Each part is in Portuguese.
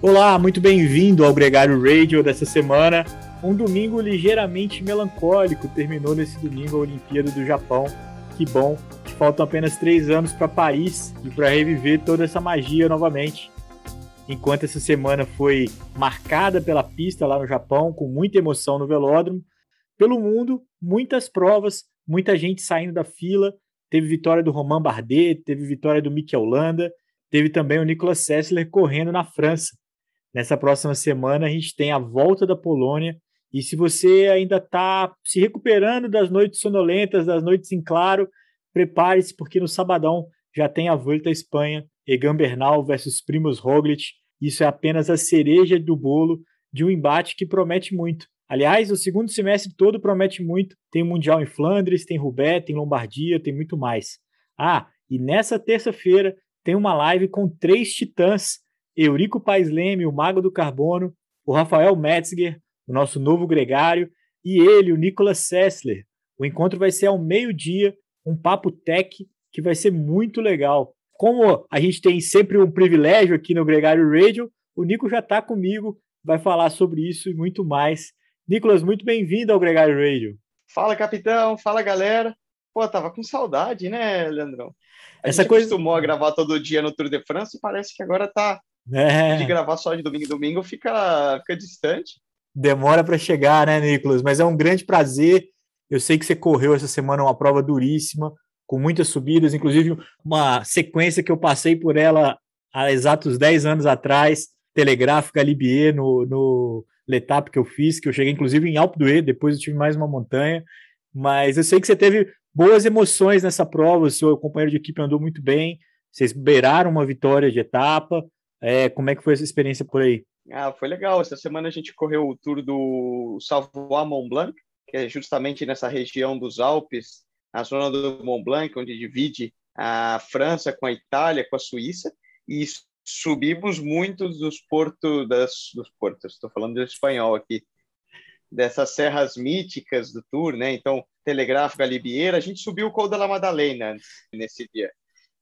Olá, muito bem-vindo ao Gregário Radio dessa semana. Um domingo ligeiramente melancólico terminou nesse domingo a Olimpíada do Japão. Que bom, que faltam apenas 3 anos para Paris e para reviver toda essa magia novamente. Enquanto essa semana foi marcada pela pista lá no Japão, com muita emoção no velódromo, pelo mundo, muitas provas, muita gente saindo da fila. Teve vitória do Romain Bardet, teve vitória do Mikel Landa, teve também o Nicolas Sessler correndo na França. Nessa próxima semana a gente tem a volta da Polônia, e se você ainda está se recuperando das noites sonolentas, das noites em claro, prepare-se porque no sabadão já tem a Volta à Espanha, Egan Bernal versus Primož Roglic. Isso é apenas a cereja do bolo de um embate que promete muito. Aliás, o segundo semestre todo promete muito. Tem o Mundial em Flandres, tem Roubaix, tem Lombardia, tem muito mais. E nessa terça-feira tem uma live com 3 titãs: Eurico Paes Leme, o Mago do Carbono, o Rafael Metzger, o nosso novo gregário, e ele, o Nicolas Sessler. O encontro vai ser ao meio-dia, um papo tech que vai ser muito legal. Como a gente tem sempre um privilégio aqui no Gregário Radio, o Nico já está comigo, vai falar sobre isso e muito mais. Nicolas, muito bem-vindo ao Gregário Radio. Fala, capitão. Fala, galera. Pô, tava com saudade, né, Leandrão? A Essa gente coisa... acostumou a gravar todo dia no Tour de France e parece que agora tá de gravar só de domingo em domingo fica distante. Demora para chegar, né, Nicolas? Mas é um grande prazer. Eu sei que você correu essa semana uma prova duríssima, com muitas subidas, inclusive uma sequência que eu passei por ela há exatos 10 anos atrás, Telegráfica Galibier, no L'Etape que eu fiz, que eu cheguei inclusive em Alpe d'Huez, depois eu tive mais uma montanha. Mas eu sei que você teve boas emoções nessa prova, o seu companheiro de equipe andou muito bem, vocês beiraram uma vitória de etapa. Como é que foi essa experiência por aí? Foi legal. Essa semana a gente correu o Tour do Savoie-Mont Blanc, que é justamente nessa região dos Alpes, a zona do Mont Blanc, onde divide a França com a Itália, com a Suíça, e subimos muitos dos portos, estou falando de espanhol aqui, dessas serras míticas do Tour, né? Então, Telegráfico, Galibier, a gente subiu o Col de la Madalena nesse dia.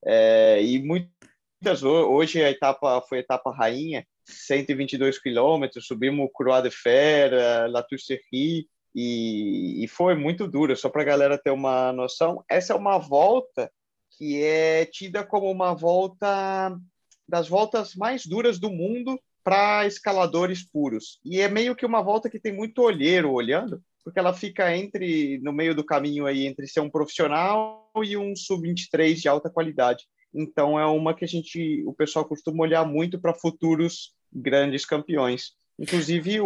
E muitas, hoje a etapa foi a etapa rainha, 122 quilômetros, subimos o Croix de Fer, La Tour-Serie, e foi muito duro. Só para a galera ter uma noção, essa é uma volta que é tida como uma volta das voltas mais duras do mundo para escaladores puros. E é meio que uma volta que tem muito olheiro olhando, porque ela fica no meio do caminho aí entre ser um profissional e um sub-23 de alta qualidade. Então é uma que o pessoal costuma olhar muito para futuros grandes campeões. Inclusive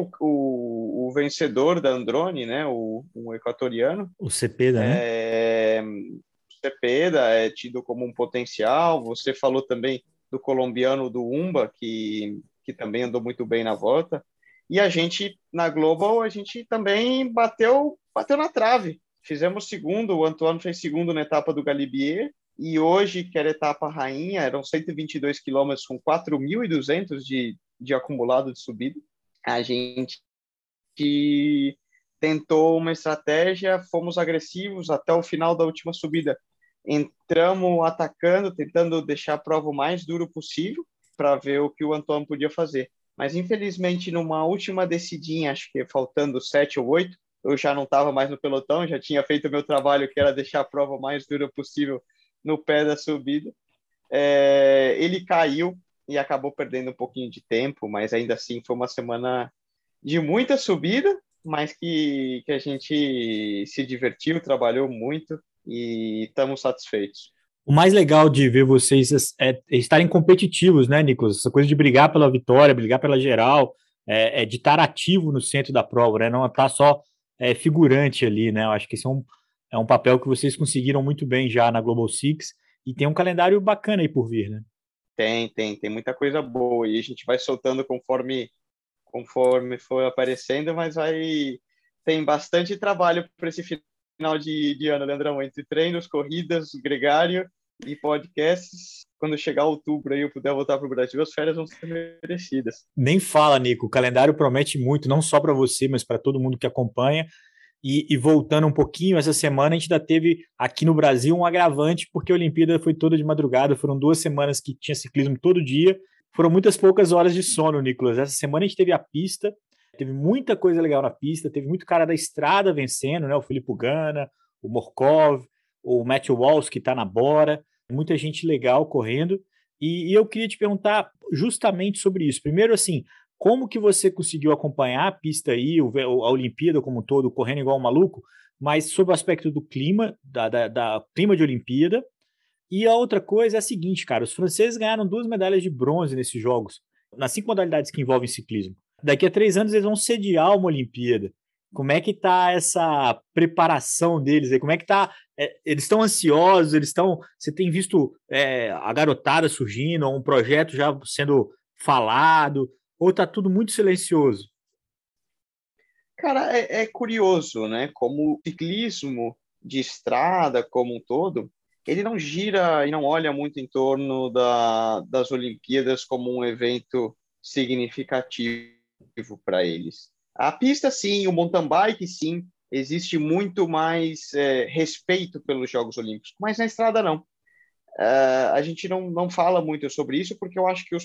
o vencedor da Androni, né, o equatoriano, o Cepeda, né? O Cepeda é tido como um potencial. Você falou também do colombiano do Umba, que também andou muito bem na volta. E a gente, na Global, a gente também bateu na trave. Fizemos segundo, o Antoine fez segundo na etapa do Galibier, e hoje, que era a etapa rainha, eram 122 quilômetros com 4.200 de acumulado de subida. A gente tentou uma estratégia, fomos agressivos até o final da última subida. Entramos atacando, tentando deixar a prova o mais duro possível para ver o que o Antônio podia fazer. Mas, infelizmente, numa última descidinha, acho que faltando 7 ou 8, eu já não estava mais no pelotão, já tinha feito o meu trabalho, que era deixar a prova o mais dura possível no pé da subida. Ele caiu e acabou perdendo um pouquinho de tempo, mas ainda assim foi uma semana de muita subida, mas que a gente se divertiu, trabalhou muito e estamos satisfeitos. O mais legal de ver vocês é estarem competitivos, né, Nicolas? Essa coisa de brigar pela vitória, brigar pela geral, de estar ativo no centro da prova, né? Não estar só figurante ali, né? Eu acho que esse é um papel que vocês conseguiram muito bem já na Global Six, e tem um calendário bacana aí por vir, né? Tem muita coisa boa, e a gente vai soltando conforme for aparecendo, mas tem bastante trabalho para esse final de ano, Leandrão, entre treinos, corridas, gregário e podcasts. Quando chegar outubro aí eu puder voltar para o Brasil, as férias vão ser merecidas. Nem fala, Nico, o calendário promete muito, não só para você, mas para todo mundo que acompanha. E voltando um pouquinho, essa semana a gente ainda teve aqui no Brasil um agravante, porque a Olimpíada foi toda de madrugada, foram 2 semanas que tinha ciclismo todo dia, Foram muitas poucas horas de sono, Nicolas. Essa semana a gente teve a pista, teve muita coisa legal na pista, teve muito cara da estrada vencendo, né? O Filipe Gana, o Morkov, o Matthew Walsh, que está na Bora, muita gente legal correndo. E eu queria te perguntar justamente sobre isso. Primeiro, assim, como que você conseguiu acompanhar a pista aí, a Olimpíada como um todo, correndo igual um maluco, mas sob o aspecto do clima, da clima de Olimpíada. E a outra coisa é a seguinte, cara, os franceses ganharam 2 medalhas de bronze nesses jogos, nas 5 modalidades que envolvem ciclismo. Daqui a 3 anos eles vão sediar uma Olimpíada. Como é que tá essa preparação deles aí? Como é que tá? Eles estão ansiosos, eles estão. Você tem visto a garotada surgindo, um projeto já sendo falado, ou tá tudo muito silencioso? Cara, é curioso, né? Como o ciclismo de estrada como um todo, ele não gira e não olha muito em torno das Olimpíadas como um evento significativo para eles. A pista, sim, o mountain bike, sim, existe muito mais respeito pelos Jogos Olímpicos, mas na estrada não. A gente não fala muito sobre isso porque eu acho que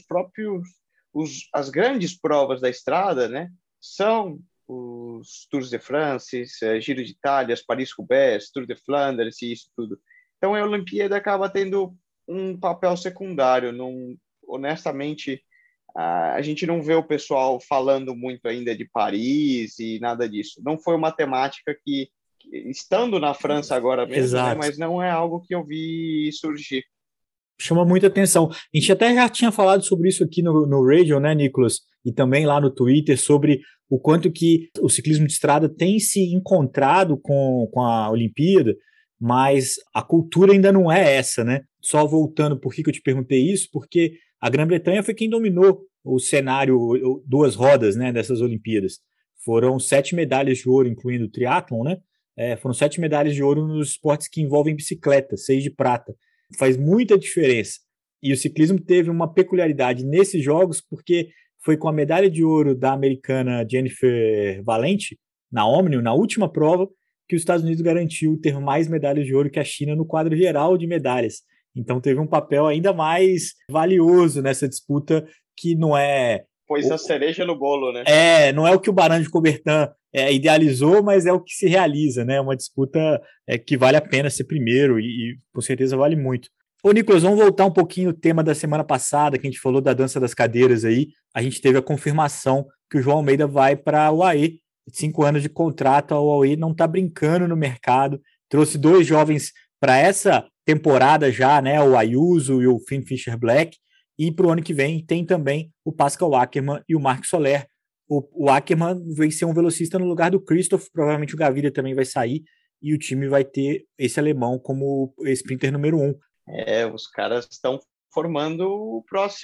as grandes provas da estrada, né, são os Tours de France, Giro de Itália, Paris-Roubaix, Tour de Flandres e isso tudo. Então a Olimpíada acaba tendo um papel secundário. Não, honestamente, a gente não vê o pessoal falando muito ainda de Paris e nada disso. Não foi uma temática estando na França agora mesmo, né, Exato. mas não é algo que eu vi surgir. Chama muita atenção. A gente até já tinha falado sobre isso aqui no Radio, né, Nicolas? E também lá no Twitter, sobre o quanto que o ciclismo de estrada tem se encontrado com a Olimpíada, mas a cultura ainda não é essa, né? Só voltando, por que eu te perguntei isso? Porque a Grã-Bretanha foi quem dominou o cenário, duas rodas, né, dessas Olimpíadas. Foram 7 medalhas de ouro, incluindo o triatlon, né? Foram 7 medalhas de ouro nos esportes que envolvem bicicleta, 6 de prata. Faz muita diferença. E o ciclismo teve uma peculiaridade nesses jogos, porque foi com a medalha de ouro da americana Jennifer Valente, na Omnium, na última prova, que os Estados Unidos garantiu ter mais medalhas de ouro que a China no quadro geral de medalhas. Então teve um papel ainda mais valioso nessa disputa, que não é. Pois a cereja no bolo, né? Não é o que o Barão de Coubertin idealizou, mas é o que se realiza, né? Uma disputa que vale a pena ser primeiro e com certeza vale muito. Ô, Nicolas, vamos voltar um pouquinho ao tema da semana passada, que a gente falou da dança das cadeiras aí. A gente teve a confirmação que o João Almeida vai para a UAE, 5 anos de contrato. A UAE não está brincando no mercado, trouxe 2 jovens para essa temporada já, né? O Ayuso e o Finn Fisher Black. E para o ano que vem tem também o Pascal Ackermann e o Marc Soler. O Ackermann vai ser um velocista no lugar do Christoph, provavelmente o Gaviria também vai sair, e o time vai ter esse alemão como sprinter número 1. Os caras estão formando o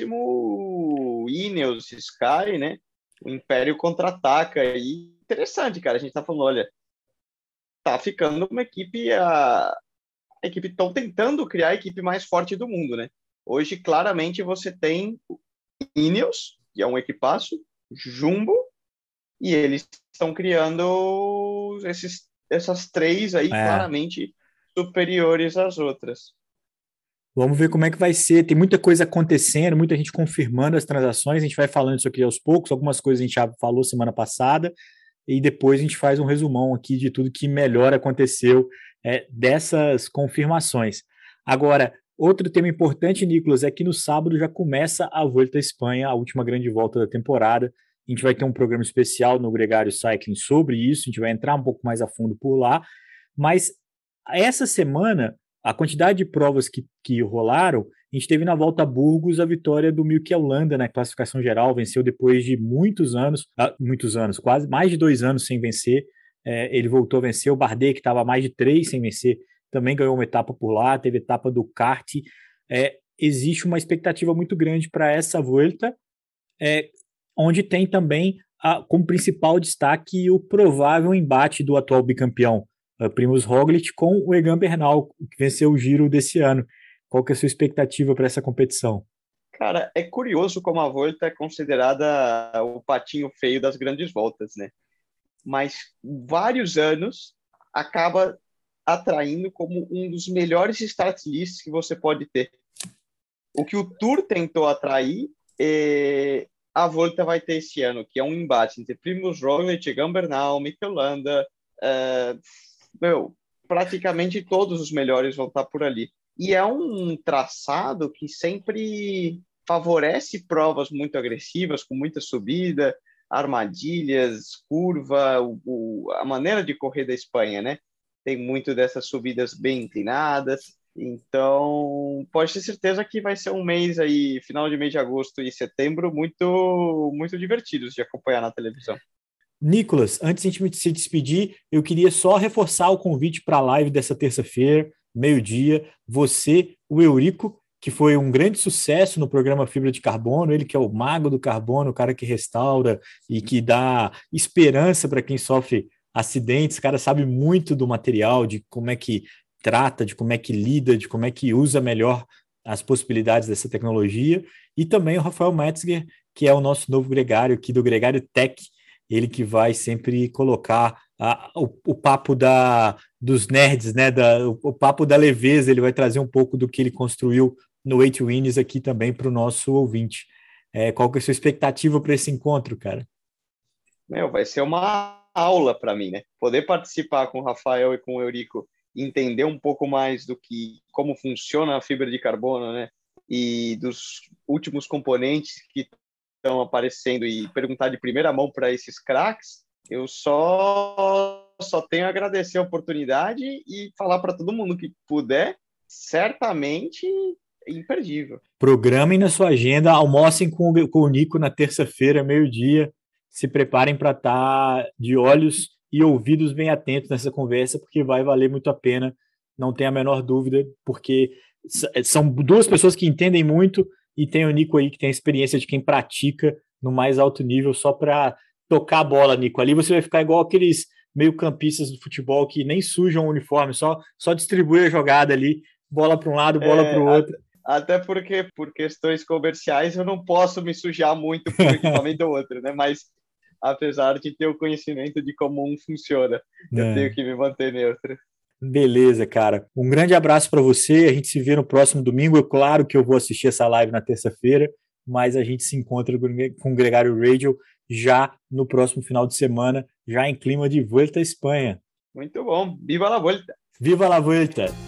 próximo Ineos, Sky, né? O Império contra-ataca. E interessante, cara. A gente tá falando, olha, tá ficando uma equipe. A equipe estão tentando criar a equipe mais forte do mundo, né? Hoje, claramente, você tem Ineos, que é um equipaço, Jumbo, e eles estão criando essas 3 aí claramente superiores às outras. Vamos ver como é que vai ser. Tem muita coisa acontecendo, muita gente confirmando as transações. A gente vai falando isso aqui aos poucos. Algumas coisas a gente já falou semana passada. E depois a gente faz um resumão aqui de tudo que melhor aconteceu dessas confirmações. Agora, outro tema importante, Nicolas, é que no sábado já começa a Volta à Espanha, a última grande volta da temporada. A gente vai ter um programa especial no Gregário Cycling sobre isso. A gente vai entrar um pouco mais a fundo por lá. Mas essa semana, a quantidade de provas que rolaram, a gente teve na Volta a Burgos a vitória do Mikel Landa na classificação geral, venceu depois de muitos anos, quase mais de 2 anos sem vencer. Ele voltou a vencer. O Bardet, que estava mais de 3 sem vencer, também ganhou uma etapa por lá, teve etapa do kart. Existe uma expectativa muito grande para essa Volta, onde tem também como principal destaque o provável embate do atual bicampeão Primož Roglič com o Egan Bernal, que venceu o Giro desse ano. Qual que é a sua expectativa para essa competição? Cara, é curioso como a Volta é considerada o patinho feio das grandes voltas, né? Mas vários anos acaba atraindo como um dos melhores start lists que você pode ter. O que o Tour tentou atrair a Volta vai ter esse ano, que é um embate entre Primož Roglic, Egan Bernal, Mikel Landa, meu, praticamente todos os melhores vão estar por ali. E é um traçado que sempre favorece provas muito agressivas, com muita subida, armadilhas, curva, a maneira de correr da Espanha, né? Tem muito dessas subidas bem inclinadas. Então, pode ter certeza que vai ser um mês aí, final de mês de agosto e setembro, muito, muito divertidos de acompanhar na televisão. Nicolas, antes de a gente se despedir, eu queria só reforçar o convite para a live dessa terça-feira, meio-dia. Você, o Eurico, que foi um grande sucesso no programa Fibra de Carbono, ele que é o mago do carbono, o cara que restaura e que dá esperança para quem sofre acidentes, o cara sabe muito do material, de como é que trata, de como é que lida, de como é que usa melhor as possibilidades dessa tecnologia, e também o Rafael Metzger, que é o nosso novo gregário aqui do Gregário Tech, ele que vai sempre colocar o papo dos nerds, né? O papo da leveza, ele vai trazer um pouco do que ele construiu no Eight Wins aqui também para o nosso ouvinte. Qual que é a sua expectativa para esse encontro, cara? Vai ser uma aula para mim, né? Poder participar com o Rafael e com o Eurico, entender um pouco mais do que como funciona a fibra de carbono, né? E dos últimos componentes que estão aparecendo e perguntar de primeira mão para esses craques, eu só tenho a agradecer a oportunidade e falar para todo mundo que puder, certamente imperdível. Programem na sua agenda, almocem com o Nico na terça-feira, meio-dia. Se preparem para estar de olhos e ouvidos bem atentos nessa conversa, porque vai valer muito a pena, não tem a menor dúvida, porque são duas pessoas que entendem muito e tem o Nico aí que tem a experiência de quem pratica no mais alto nível só para tocar a bola, Nico. Ali você vai ficar igual aqueles meio-campistas do futebol que nem sujam o uniforme, só distribui a jogada ali, bola para um lado, bola para o outro. Até porque, por questões comerciais, eu não posso me sujar muito por um equipamento ou outro, né? Mas, apesar de ter o conhecimento de como um funciona, eu tenho que me manter neutro. Beleza, cara. Um grande abraço para você. A gente se vê no próximo domingo. É claro que eu vou assistir essa live na terça-feira, mas a gente se encontra com o Gregário Radio já no próximo final de semana, já em clima de Vuelta à Espanha. Muito bom. Viva la Vuelta! Viva la Vuelta!